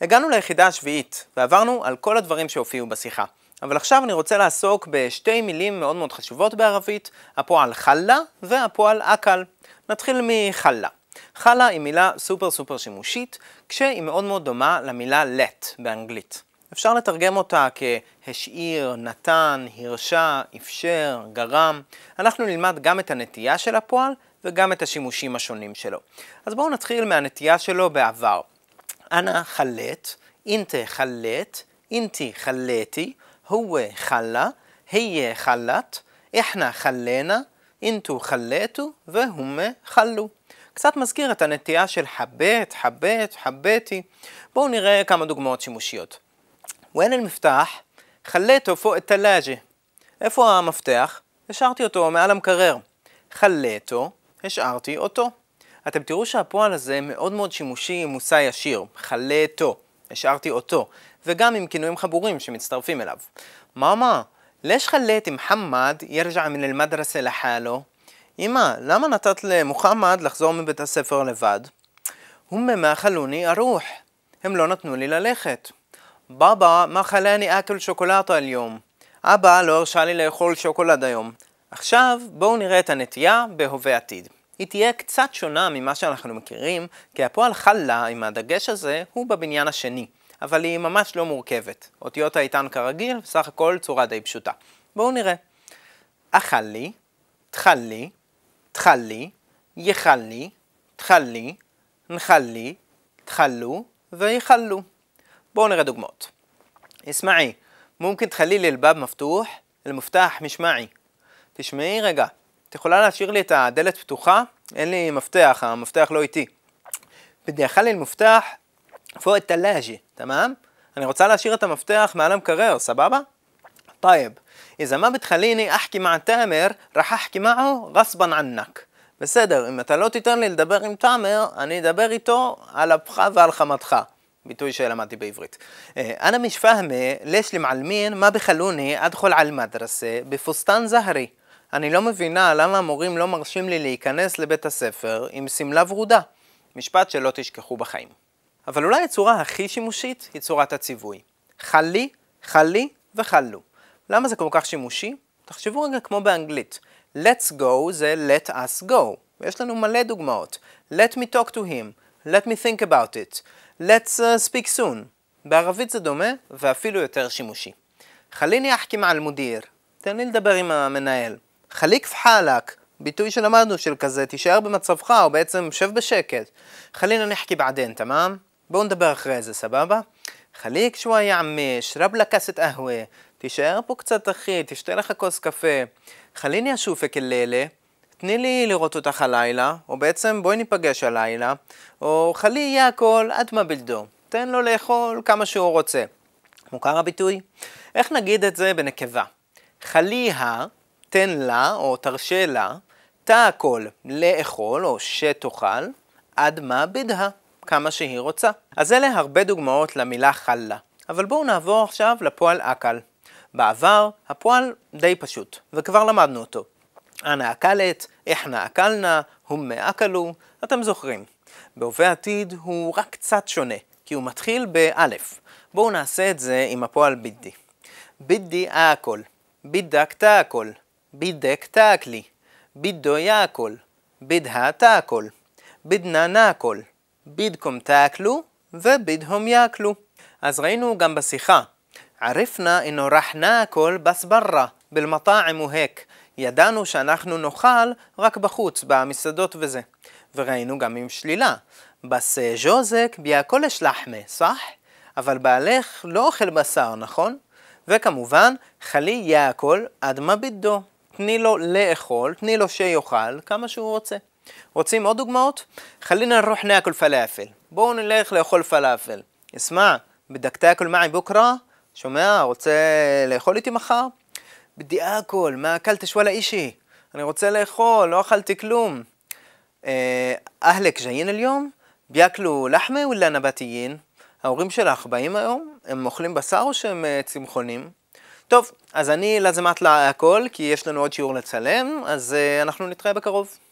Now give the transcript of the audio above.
הגענו ליחידה השביעית ועברנו על כל הדברים שהופיעו בשיחה. אבל עכשיו אני רוצה לעסוק בשתי מילים מאוד מאוד חשובות בערבית, הפועל חלה והפועל אקל. נתחיל מחלה. חלה היא מילה סופר שימושית, כשהיא מאוד מאוד דומה למילה let באנגלית. אפשר לתרגם אותה כהשאיר, נתן, הרשה, אפשר, גרם. אנחנו נלמד גם את הנטייה של הפועל וגם את השימושים השונים שלו. אז בואו נתחיל מהנטייה שלו בעבר. אנה חלט, אינטה חלט, אינטי חלטי, هو خلى, هي خلت, إحنا خلينا, انتو خليتو, وهم خلو. קצת מזכיר את הנטייה של חבט, חבט, חבטי. בואו נראה כמה דוגמאות שימושיות. وين المفتاح? خليته فوق الثلاجة. איפה המפתח? השארתי אותו מעל המקרר. خليته, השארתי אותו. אתם תראו שהפועל הזה מאוד מאוד שימושי עם מושא ישיר. خليته, השארתי אותו. וגם עם כינויים חבורים שמצטרפים אליו. מאמה, ليش خليت محمد يرجع من المدرسة لحاله? אמא, למה נתת למוחמד לחזור מבית הספר לבד? هم ما خلوني أروح. הם לא נתנו לי ללכת. בابا, ما خلاني آكل شوكولاتة اليوم. אבא לא הרשה לי לאכול שוקולד היום. עכשיו בואו נראה את הנטייה בהווה עתיד. היא תהיה קצת שונה ממה שאנחנו מכירים, כי הפועל חלה עם הדגש הזה הוא בבניין השני. אבל היא ממש לא מורכבת. אותיות האיתן כרגיל, בסך הכל צורה די פשוטה. בואו נראה. אכלי, תחלי, תחלי, יחלי, תחלי, נחלי, תחלו ויחלו. בואו נראה דוגמאות. اسمعي, ممكن تخلي لي الباب مفتوح? المفتاح مش معي. תשמעי רגע, את יכולה להשאיר לי את הדלת פתוחה? אין לי מפתח, המפתח לא איתי. بدي أخلي المفتاح فوق الثلاجة, تمام? אני רוצה להשאיר את המפתח מעל המקרר, סבבה? طيب, إذا ما بتخليني أحكي مع تامر, رح أحكي معه غصبا عنك. בסדר, אם אתה לא תיתן לי לדבר עם תאמר, אני אדבר איתו על אפך ועל חמתך. ביטוי שלמדתי בעברית. أنا مش فاهمة ليش المعلمين ما بخلوني أدخل على المدرسة بفستان زهري. אני לא מבינה למה המורים לא מרשים לי להיכנס לבית הספר עם סמלה ורודה. משפט שלא תשכחו בחיים. אבל אולי הצורה הכי שימושית היא צורת הציווי. חלי, חלי וחלו. למה זה כל כך שימושי? תחשבו רגע כמו באנגלית. Let's go זה let us go. ויש לנו מלא דוגמאות. Let me talk to him. Let me think about it. Let's speak soon. בערבית זה דומה ואפילו יותר שימושי. חליני אחכי מעל מודיר. תן לי לדבר עם המנהל. חליק פחלק. ביטוי שלמדנו של כזה, תישאר במצבך או בעצם שב בשקט. חלינה נחכי בעדין, תמם? בואו נדבר אחרי זה, סבבה? חליק שוואיה עמי, שרב לקסת אהווה. תישאר פה קצת אחי, תשתה לך כוס קפה. חליני אשופק אלילה. תני לי לראות אותך הלילה, או בעצם בואי ניפגש הלילה. או חלי יהיה הכל עד מה בלדו. תן לו לאכול כמה שהוא רוצה. מוכר הביטוי? איך נגיד את זה בנקבה? חליה, תן לה או תרשה לה, תאכל לאכול או שתאכל, עד מה בדהה, כמה שהיא רוצה. אז אלה הרבה דוגמאות למילה חלה. אבל בואו נעבור עכשיו לפועל אקל. בעבר הפועל די פשוט, וכבר למדנו אותו. אנה אכלת, איחנה אכלנה, הומה אכלו, אתם זוכרים. בהווה עתיד הוא רק קצת שונה, כי הוא מתחיל באלף. בואו נעשה את זה עם הפועל בידי. בידי אכול, בידק תאכל, בידק תאכלי, בידו יאכל, בידها תאכל, בידנה נאכל, בידכם תאכלו ובידהם יאכלו. אז ראינו גם בשיחה. ערפנה אינו רח נאכל בס בררה, בלמטעם והק. ידענו שאנחנו נאכל רק בחוץ, במסעדות וזה. וראינו גם עם שלילה. בס ג'וזק ביאכולש לחמה, סח? אבל בעלך לא אוכל בשר, נכון? וכמובן, חלי יאכל עד מה בידו. תני לו לאכול, תני לו שיאכל כמה שהוא רוצה. רוצים עוד דוגמאות? חלינה נרוח נאכל פלאפל. בואו נלך לאכול פלאפל. אסמע, בדק תאכל מעי בוקרה? שומע, רוצה לאכול איתי מחר? בדי אכול, מה אכלתש וואלה אישי? אני רוצה לאכול, לא אכלתי כלום. אהלק ג'אין אליום? ביאכלו לחמה וلا נבטיין? ההורים שלך באים היום? הם אוכלים בשר או שהם צמחונים? טוב, אז אני לזמת לה הכל, כי יש לנו עוד שיעור לצלם, אז אנחנו נתראה בקרוב.